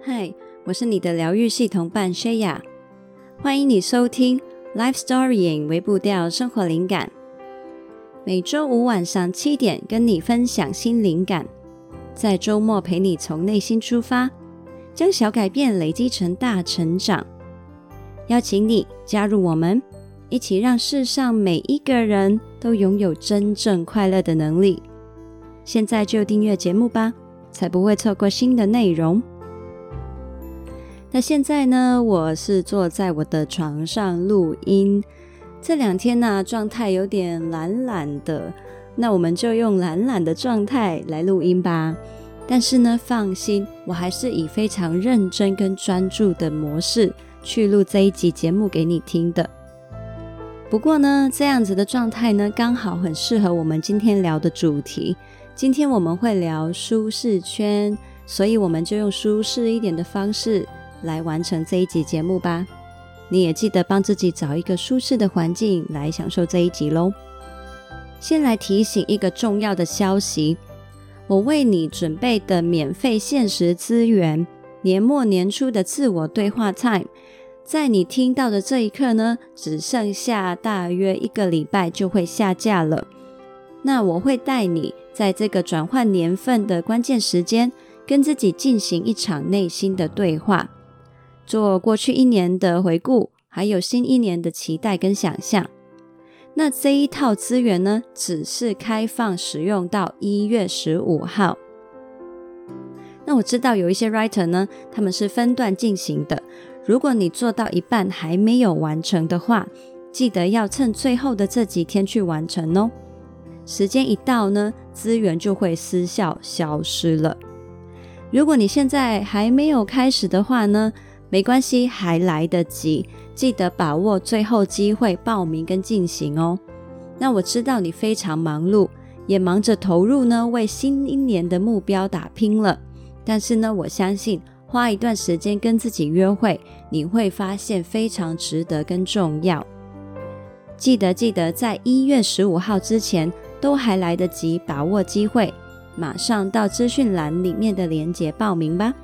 嗨，我是你的疗愈系统伴 Shaya， 欢迎你收听 Life Storying 微步调生活灵感。每周五晚上7点跟你分享新灵感，在周末陪你从内心出发，将小改变累积成大成长。邀请你加入我们，一起让世上每一个人都拥有真正快乐的能力。现在就订阅节目吧，才不会错过新的内容。那现在呢，我是坐在我的床上录音。这2天呢，状态有点懒懒的，那我们就用懒懒的状态来录音吧。但是呢，放心，我还是以非常认真跟专注的模式去录这一集节目给你听的。不过呢，这样子的状态呢，刚好很适合我们今天聊的主题。今天我们会聊舒适圈，所以我们就用舒适一点的方式来完成这一集节目吧。你也记得帮自己找一个舒适的环境来享受这一集咯。先来提醒一个重要的消息，我为你准备的免费限时资源，年末年初的自我对话 time， 在你听到的这一刻呢，只剩下大约1个礼拜就会下架了。那我会带你在这个转换年份的关键时间，跟自己进行一场内心的对话，做过去1年的回顾，还有新1年的期待跟想象。那这一套资源呢，只是开放使用到1月15号。那我知道有一些 writer 呢，他们是分段进行的。如果你做到一半还没有完成的话，记得要趁最后的这几天去完成哦。时间一到呢，资源就会失效消失了。如果你现在还没有开始的话呢，没关系，还来得及，记得把握最后机会报名跟进行哦。那我知道你非常忙碌，也忙着投入呢为新1年的目标打拼了，但是呢，我相信花一段时间跟自己约会，你会发现非常值得跟重要。记得在1月15号之前都还来得及，把握机会，马上到资讯栏里面的连结报名吧。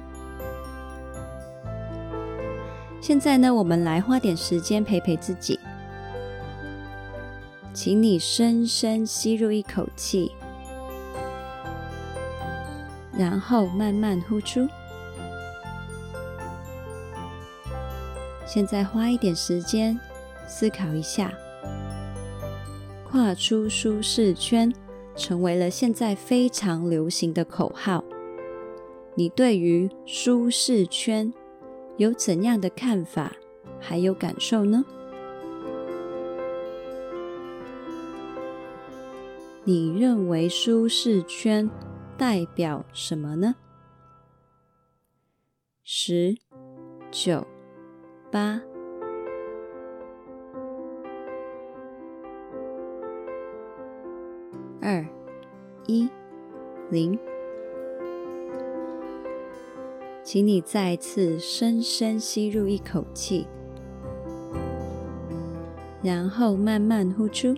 现在呢，我们来花点时间陪陪自己。请你深深吸入一口气，然后慢慢呼出。现在花一点时间思考一下，跨出舒适圈成为了现在非常流行的口号。你对于舒适圈有怎样的看法还有感受呢？你认为舒适圈代表什么呢？10、9、8、2、1、0。请你再次深深吸入一口气，然后慢慢呼出。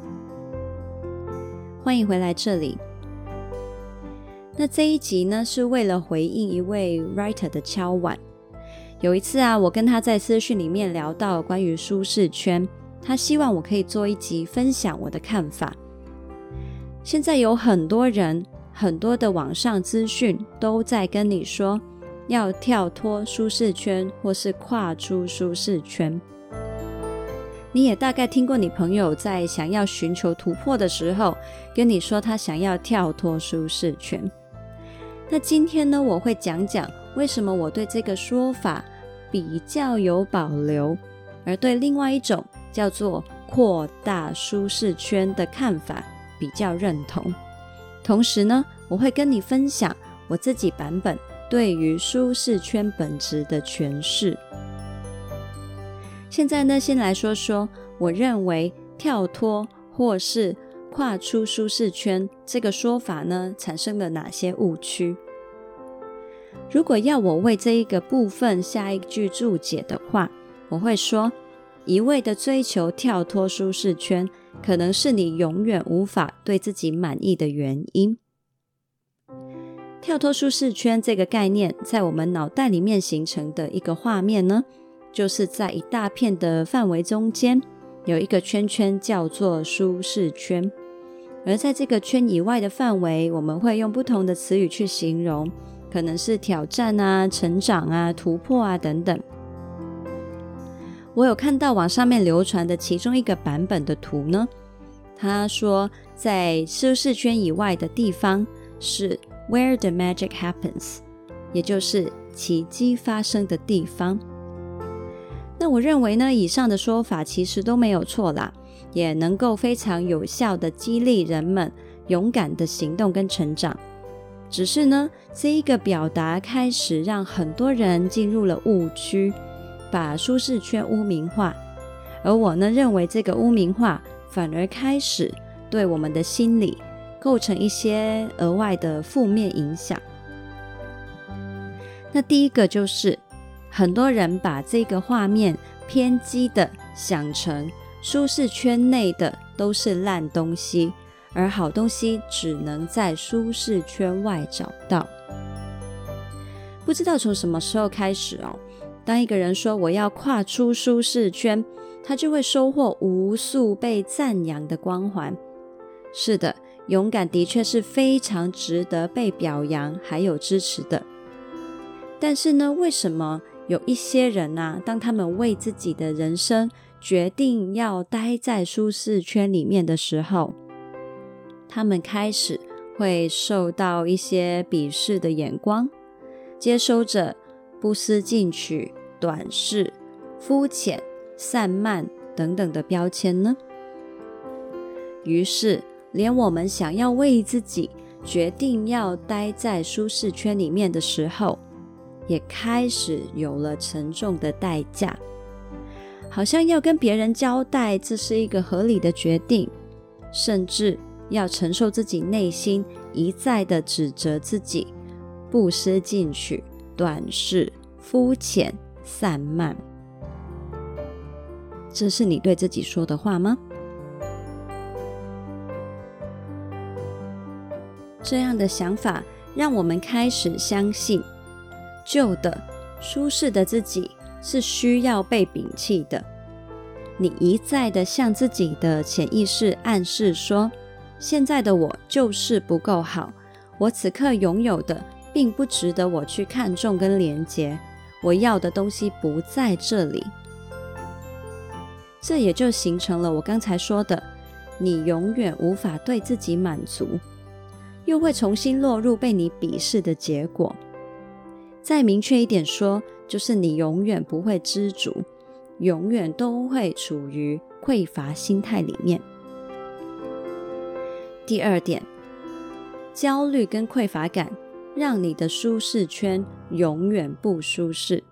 欢迎回来这里。那这一集呢，是为了回应一位 writer 的敲碗。有一次啊，我跟他在私讯里面聊到关于舒适圈，他希望我可以做一集分享我的看法。现在有很多人，很多的网上资讯都在跟你说要跳脱舒适圈，或是跨出舒适圈。你也大概听过你朋友在想要寻求突破的时候，跟你说他想要跳脱舒适圈。那今天呢，我会讲讲为什么我对这个说法比较有保留，而对另外一种叫做扩大舒适圈的看法比较认同。同时呢，我会跟你分享我自己版本对于舒适圈本质的诠释。现在呢，先来说说我认为跳脱或是跨出舒适圈这个说法呢，产生了哪些误区。如果要我为这一个部分下一句注解的话，我会说，一味的追求跳脱舒适圈，可能是你永远无法对自己满意的原因。 跳脱舒适圈这个概念在我们脑袋里面形成的一个画面呢，就是在一大片的范围中间有一个圈圈叫做舒适圈，而在这个圈以外的范围，我们会用不同的词语去形容，可能是挑战啊、成长啊、突破啊等等。我有看到网上面流传的其中一个版本的图呢，他说在舒适圈以外的地方是 where the magic happens， 也就是奇迹发生的地方。那我认为呢，以上的说法其实都没有错啦，也能够非常有效的激励人们勇敢的行动跟成长。只是呢，这一个表达开始让很多人进入了误区，把舒适圈污名化，而我呢认为这个污名化反而开始对我们的心理构成一些额外的负面影响。那第一个就是很多人把这个画面偏激的想成舒适圈内的都是烂东西，而好东西只能在舒适圈外找到。不知道从什么时候开始当一个人说我要跨出舒适圈，他就会收获无数被赞扬的光环。是的，勇敢的确是非常值得被表扬还有支持的。但是呢，为什么有一些人当他们为自己的人生决定要待在舒适圈里面的时候，他们开始会受到一些鄙视的眼光，接收着不思进取、短视、肤浅、散漫等等的标签呢？于是连我们想要为自己决定要待在舒适圈里面的时候，也开始有了沉重的代价，好像要跟别人交代这是一个合理的决定，甚至要承受自己内心一再的指责自己不思进取、短视、肤浅、散漫。这是你对自己说的话吗？这样的想法让我们开始相信旧的、舒适的自己是需要被摒弃的。你一再的向自己的潜意识暗示说，现在的我就是不够好，我此刻拥有的并不值得我去看重跟连结，我要的东西不在这里。这也就形成了我刚才说的，你永远无法对自己满足，又会重新落入被你鄙视的结果。再明确一点说，就是你永远不会知足，永远都会处于匮乏心态里面。第二点，焦虑跟匮乏感让你的舒适圈永远不舒适。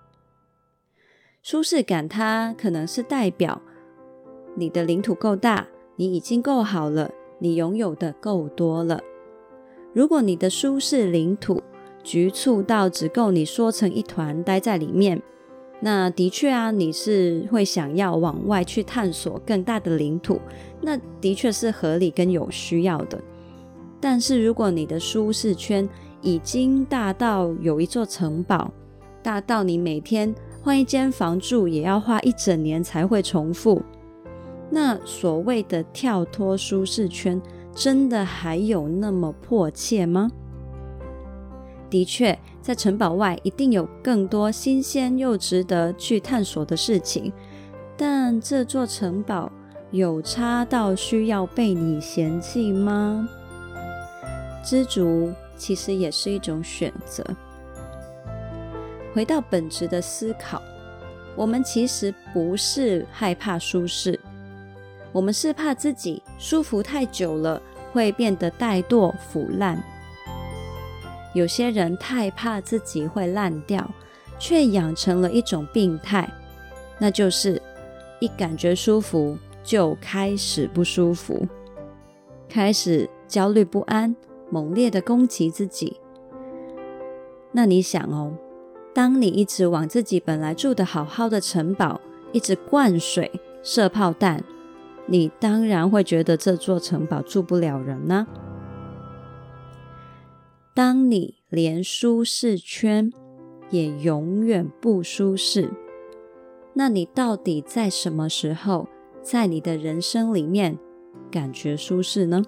舒适感它可能是代表你的领土够大，你已经够好了，你拥有的够多了。如果你的舒适领土局促到只够你缩成一团待在里面，那的确你是会想要往外去探索更大的领土，那的确是合理跟有需要的。但是如果你的舒适圈已经大到有一座城堡，大到你每天换一间房住也要花一整年才会重复，那所谓的跳脱舒适圈真的还有那么迫切吗？的确，在城堡外一定有更多新鲜又值得去探索的事情，但这座城堡有差到需要被你嫌弃吗？知足其实也是一种选择。回到本质的思考，我们其实不是害怕舒适，我们是怕自己舒服太久了会变得怠惰腐烂。有些人太怕自己会烂掉，却养成了一种病态，那就是一感觉舒服就开始不舒服，开始焦虑不安，猛烈的攻击自己。那你想当你一直往自己本来住得好好的城堡一直灌水射炮弹，你当然会觉得这座城堡住不了人啊。 当你连舒适圈也永远不舒适，那你到底在什么时候在你的人生里面感觉舒适呢？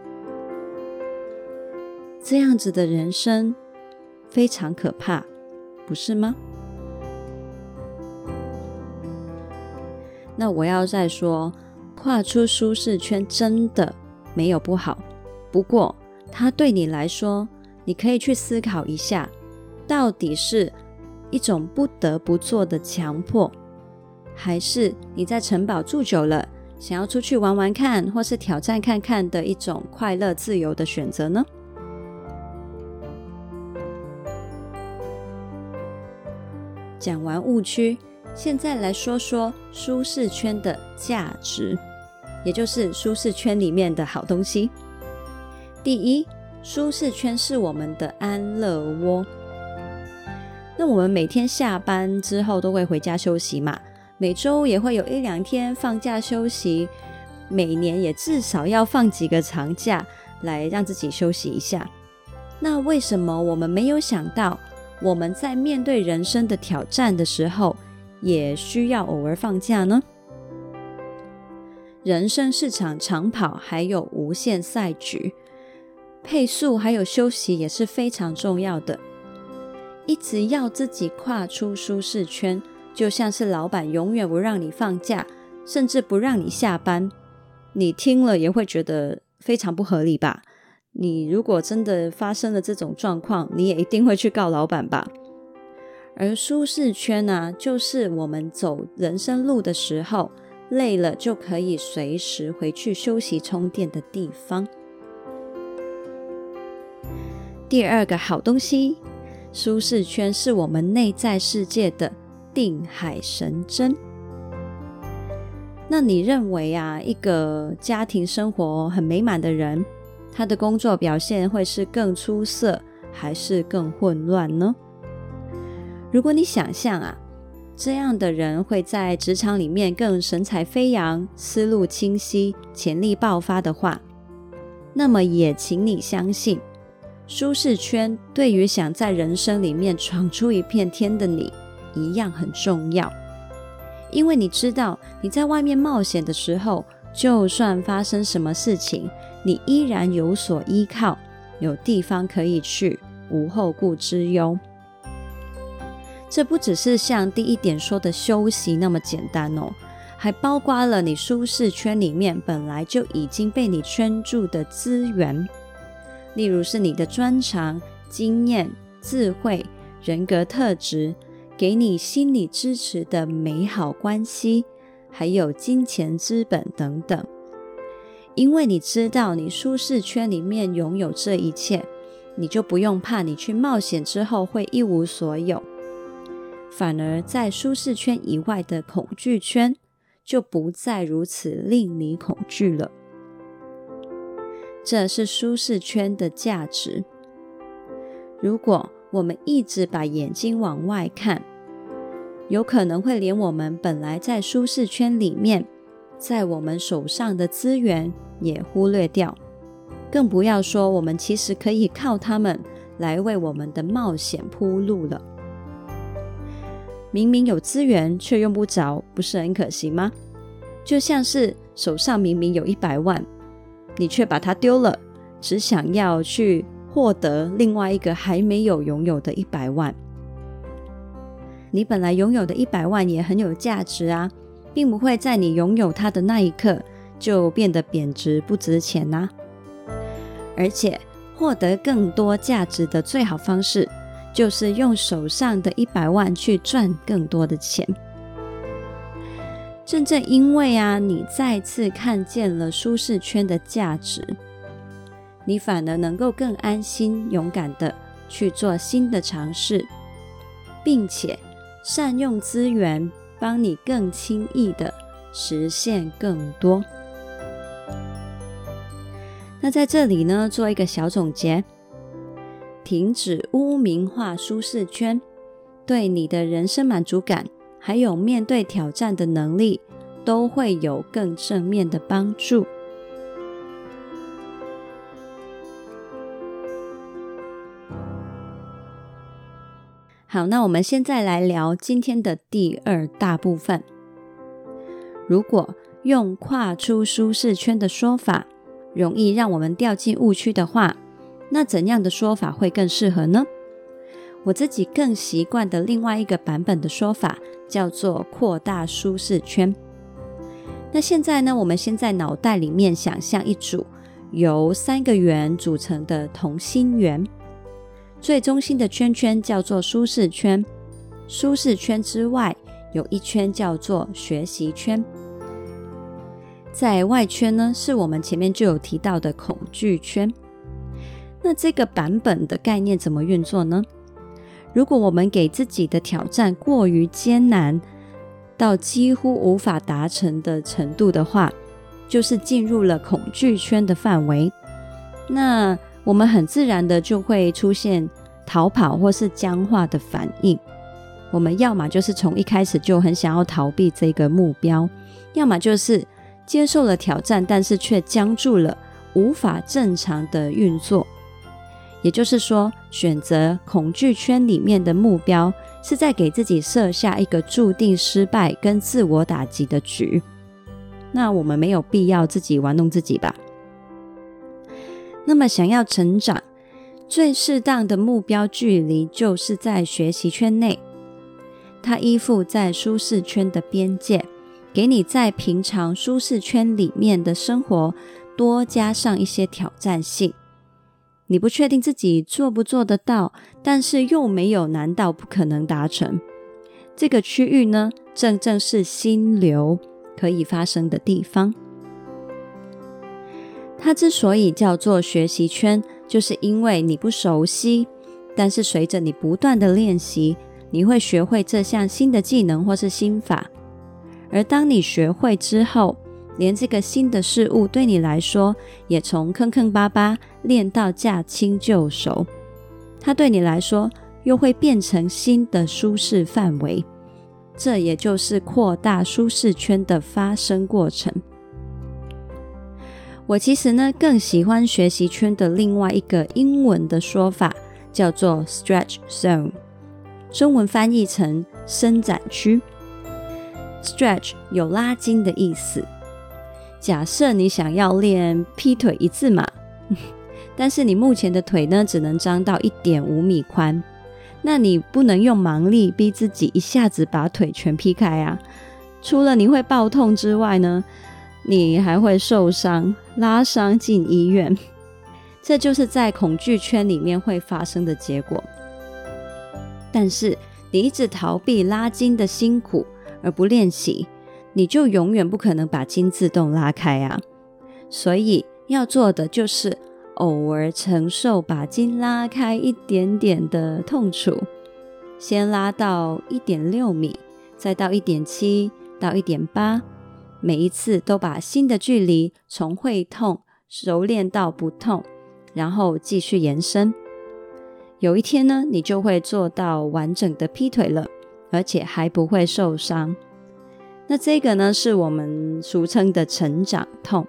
这样子的人生非常可怕，不是吗？那我要再说，跨出舒适圈真的没有不好，不过它对你来说，你可以去思考一下，到底是一种不得不做的强迫，还是你在城堡住久了，想要出去玩玩看，或是挑战看看的一种快乐自由的选择呢？讲完误区，现在来说说舒适圈的价值，也就是舒适圈里面的好东西。第一，舒适圈是我们的安乐窝。那我们每天下班之后都会回家休息嘛，每周也会有1-2天放假休息，每年也至少要放几个长假来让自己休息一下。那为什么我们没有想到我们在面对人生的挑战的时候也需要偶尔放假呢？人生是场长跑，还有无限赛局，配速还有休息也是非常重要的。一直要自己跨出舒适圈，就像是老板永远不让你放假，甚至不让你下班，你听了也会觉得非常不合理吧？你如果真的发生了这种状况，你也一定会去告老板吧？而舒适圈啊，就是我们走人生路的时候，累了就可以随时回去休息充电的地方。第二个好东西，舒适圈是我们内在世界的定海神针。那你认为啊，一个家庭生活很美满的人，他的工作表现会是更出色，还是更混乱呢？如果你想象啊，这样的人会在职场里面更神采飞扬，思路清晰，潜力爆发的话，那么也请你相信，舒适圈对于想在人生里面闯出一片天的你一样很重要。因为你知道你在外面冒险的时候，就算发生什么事情，你依然有所依靠，有地方可以去，无后顾之忧。这不只是像第一点说的休息那么简单哦，还包括了你舒适圈里面本来就已经被你圈住的资源，例如是你的专长、经验、智慧、人格特质，给你心理支持的美好关系，还有金钱资本等等。因为你知道你舒适圈里面拥有这一切，你就不用怕你去冒险之后会一无所有，反而在舒适圈以外的恐惧圈就不再如此令你恐惧了。这是舒适圈的价值。如果我们一直把眼睛往外看，有可能会连我们本来在舒适圈里面，在我们手上的资源也忽略掉，更不要说我们其实可以靠他们来为我们的冒险铺路了。明明有资源却用不着，不是很可惜吗？就像是手上明明有100万，你却把它丢了，只想要去获得另外一个还没有拥有的100万。你本来拥有的100万也很有价值啊，并不会在你拥有它的那一刻就变得贬值不值钱啊。而且获得更多价值的最好方式，就是用手上的100万去赚更多的钱。正正因为啊，你再次看见了舒适圈的价值，你反而能够更安心勇敢的去做新的尝试，并且善用资源，帮你更轻易的实现更多。那在这里呢，做一个小总结，停止污名化舒适圈，对你的人生满足感还有面对挑战的能力都会有更正面的帮助。 好，那我们现在来聊今天的第二大部分。如果用跨出舒适圈的说法容易让我们掉进误区的话，那怎样的说法会更适合呢？我自己更习惯的另外一个版本的说法叫做扩大舒适圈。那现在呢，我们先在脑袋里面想象一组由3个圆组成的同心圆，最中心的圈圈叫做舒适圈，舒适圈之外有一圈叫做学习圈，在外圈呢是我们前面就有提到的恐惧圈。那这个版本的概念怎么运作呢？如果我们给自己的挑战过于艰难到几乎无法达成的程度的话，就是进入了恐惧圈的范围，那我们很自然的就会出现逃跑或是僵化的反应。我们要么就是从一开始就很想要逃避这个目标，要么就是接受了挑战，但是却僵住了，无法正常的运作。也就是说，选择恐惧圈里面的目标，是在给自己设下一个注定失败跟自我打击的局。那我们没有必要自己玩弄自己吧。那么想要成长，最适当的目标距离就是在学习圈内，它依附在舒适圈的边界，给你在平常舒适圈里面的生活多加上一些挑战性。你不确定自己做不做得到，但是又没有难到不可能达成。这个区域呢，正是心流可以发生的地方。它之所以叫做学习圈，就是因为你不熟悉，但是随着你不断的练习，你会学会这项新的技能或是心法。而当你学会之后，连这个新的事物对你来说也从坑坑巴巴练到驾轻就熟，它对你来说又会变成新的舒适范围，这也就是扩大舒适圈的发生过程。我其实呢更喜欢学习圈的另外一个英文的说法，叫做 stretch zone， 中文翻译成伸展区。 stretch 有拉筋的意思，假设你想要练劈腿1字马，但是你目前的腿呢只能张到 1.5 米宽，那你不能用盲力逼自己一下子把腿全劈开啊。除了你会爆痛之外呢，你还会受伤，拉伤进医院。这就是在恐惧圈里面会发生的结果。但是你一直逃避拉筋的辛苦而不练习，你就永远不可能把筋自动拉开啊。所以要做的就是偶尔承受把筋拉开一点点的痛楚，先拉到 1.6 米，再到 1.7 到 1.8， 每一次都把新的距离从会痛熟练到不痛，然后继续延伸。有一天呢，你就会做到完整的劈腿了，而且还不会受伤。那这个呢，是我们俗称的成长痛。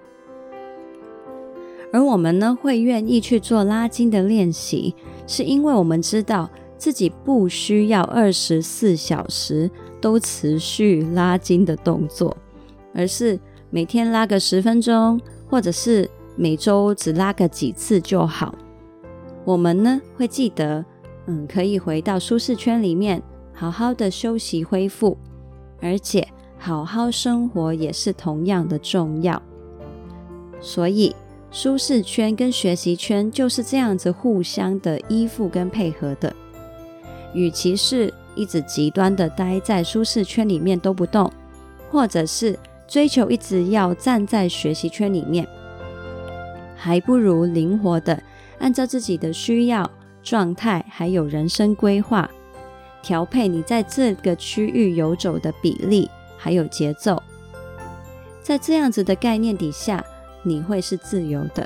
而我们呢，会愿意去做拉筋的练习，是因为我们知道自己不需要24小时都持续拉筋的动作，而是每天拉个10分钟，或者是每周只拉个几次就好。我们呢，会记得可以回到舒适圈里面，好好的休息恢复，而且好好生活也是同样的重要。所以舒适圈跟学习圈就是这样子互相的依附跟配合的。与其是一直极端的待在舒适圈里面都不动，或者是追求一直要站在学习圈里面，还不如灵活的按照自己的需要、状态还有人生规划，调配你在这个区域游走的比例还有节奏。在这样子的概念底下，你会是自由的。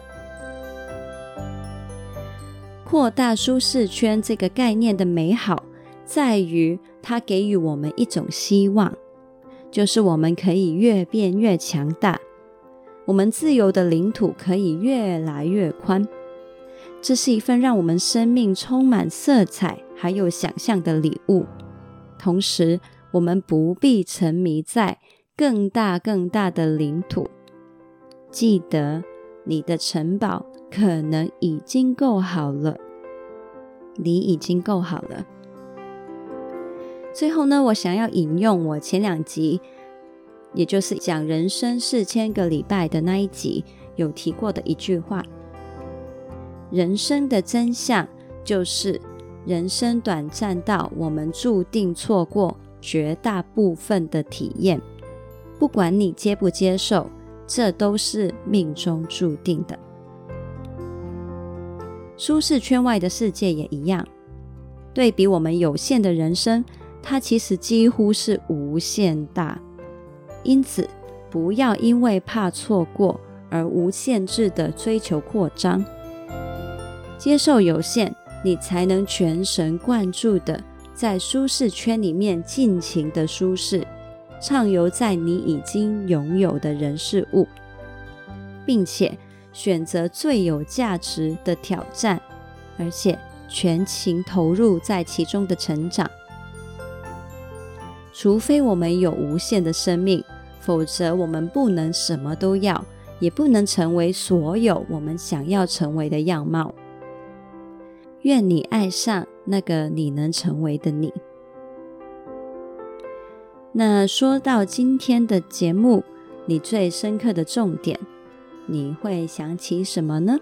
扩大舒适圈这个概念的美好在于它给予我们一种希望，就是我们可以越变越强大，我们自由的领土可以越来越宽。这是一份让我们生命充满色彩还有想象的礼物。同时，我们不必沉迷在更大的领土。记得，你的城堡可能已经够好了，你已经够好了。最后呢，我想要引用我前2集，也就是讲人生4000个礼拜的那一集有提过的一句话：人生的真相就是人生短暂到我们注定错过绝大部分的体验，不管你接不接受，这都是命中注定的。舒适圈外的世界也一样，对比我们有限的人生，它其实几乎是无限大。因此，不要因为怕错过而无限制的追求扩张。接受有限，你才能全神贯注的在舒适圈里面尽情的舒适，畅游在你已经拥有的人事物，并且选择最有价值的挑战，而且全情投入在其中的成长。除非我们有无限的生命，否则我们不能什么都要，也不能成为所有我们想要成为的样貌。愿你爱上那个你能成为的你。那说到今天的节目，你最深刻的重点，你会想起什么呢？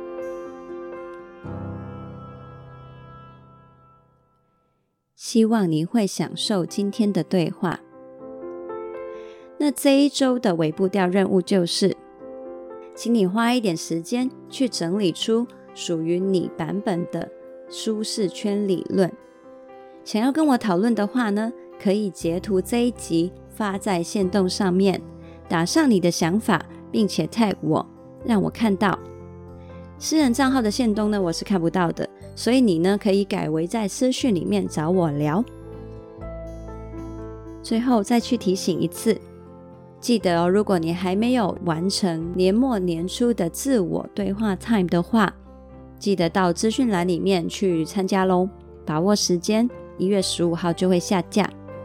希望你会享受今天的对话。那这一周的微步调任务就是，请你花一点时间去整理出属于你版本的舒适圈理论。想要跟我讨论的话呢，可以截图这一集发在限动上面，打上你的想法，并且 tag 我，让我看到。私人账号的限动呢，我是看不到的，所以你呢可以改为在私讯里面找我聊。最后再去提醒一次，记得如果你还没有完成年末年初的自我对话 time 的话，记得到资讯栏里面去参加咯，把握时间，1月15号就会下架。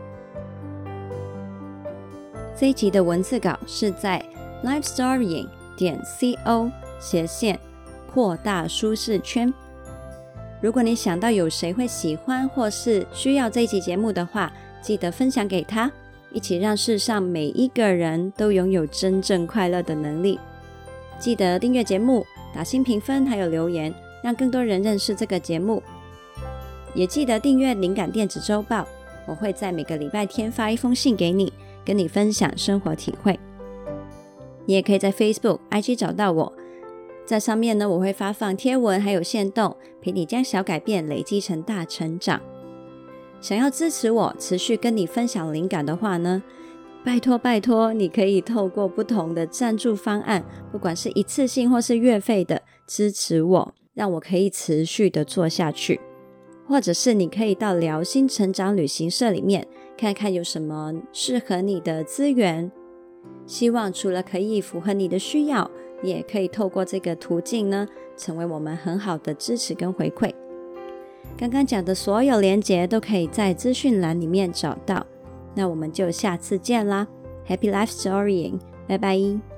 这一集的文字稿是在 lifestorying.co/ 扩大舒适圈。如果你想到有谁会喜欢或是需要这一集节目的话，记得分享给他，一起让世上每一个人都拥有真正快乐的能力。记得订阅节目，打星评分还有留言，让更多人认识这个节目。也记得订阅灵感电子周报，我会在每个礼拜天发一封信给你，跟你分享生活体会。你也可以在 Facebook、IG 找到我，在上面呢，我会发放贴文还有限动，陪你将小改变累积成大成长。想要支持我持续跟你分享灵感的话呢，拜托你可以透过不同的赞助方案，不管是一次性或是月费的，支持我，让我可以持续的做下去。或者是你可以到聊心成长旅行社里面看看有什么适合你的资源，希望除了可以符合你的需要，你也可以透过这个途径呢，成为我们很好的支持跟回馈。刚刚讲的所有连结都可以在资讯栏里面找到。那我们就下次见啦， Happy Life Storying， 拜拜。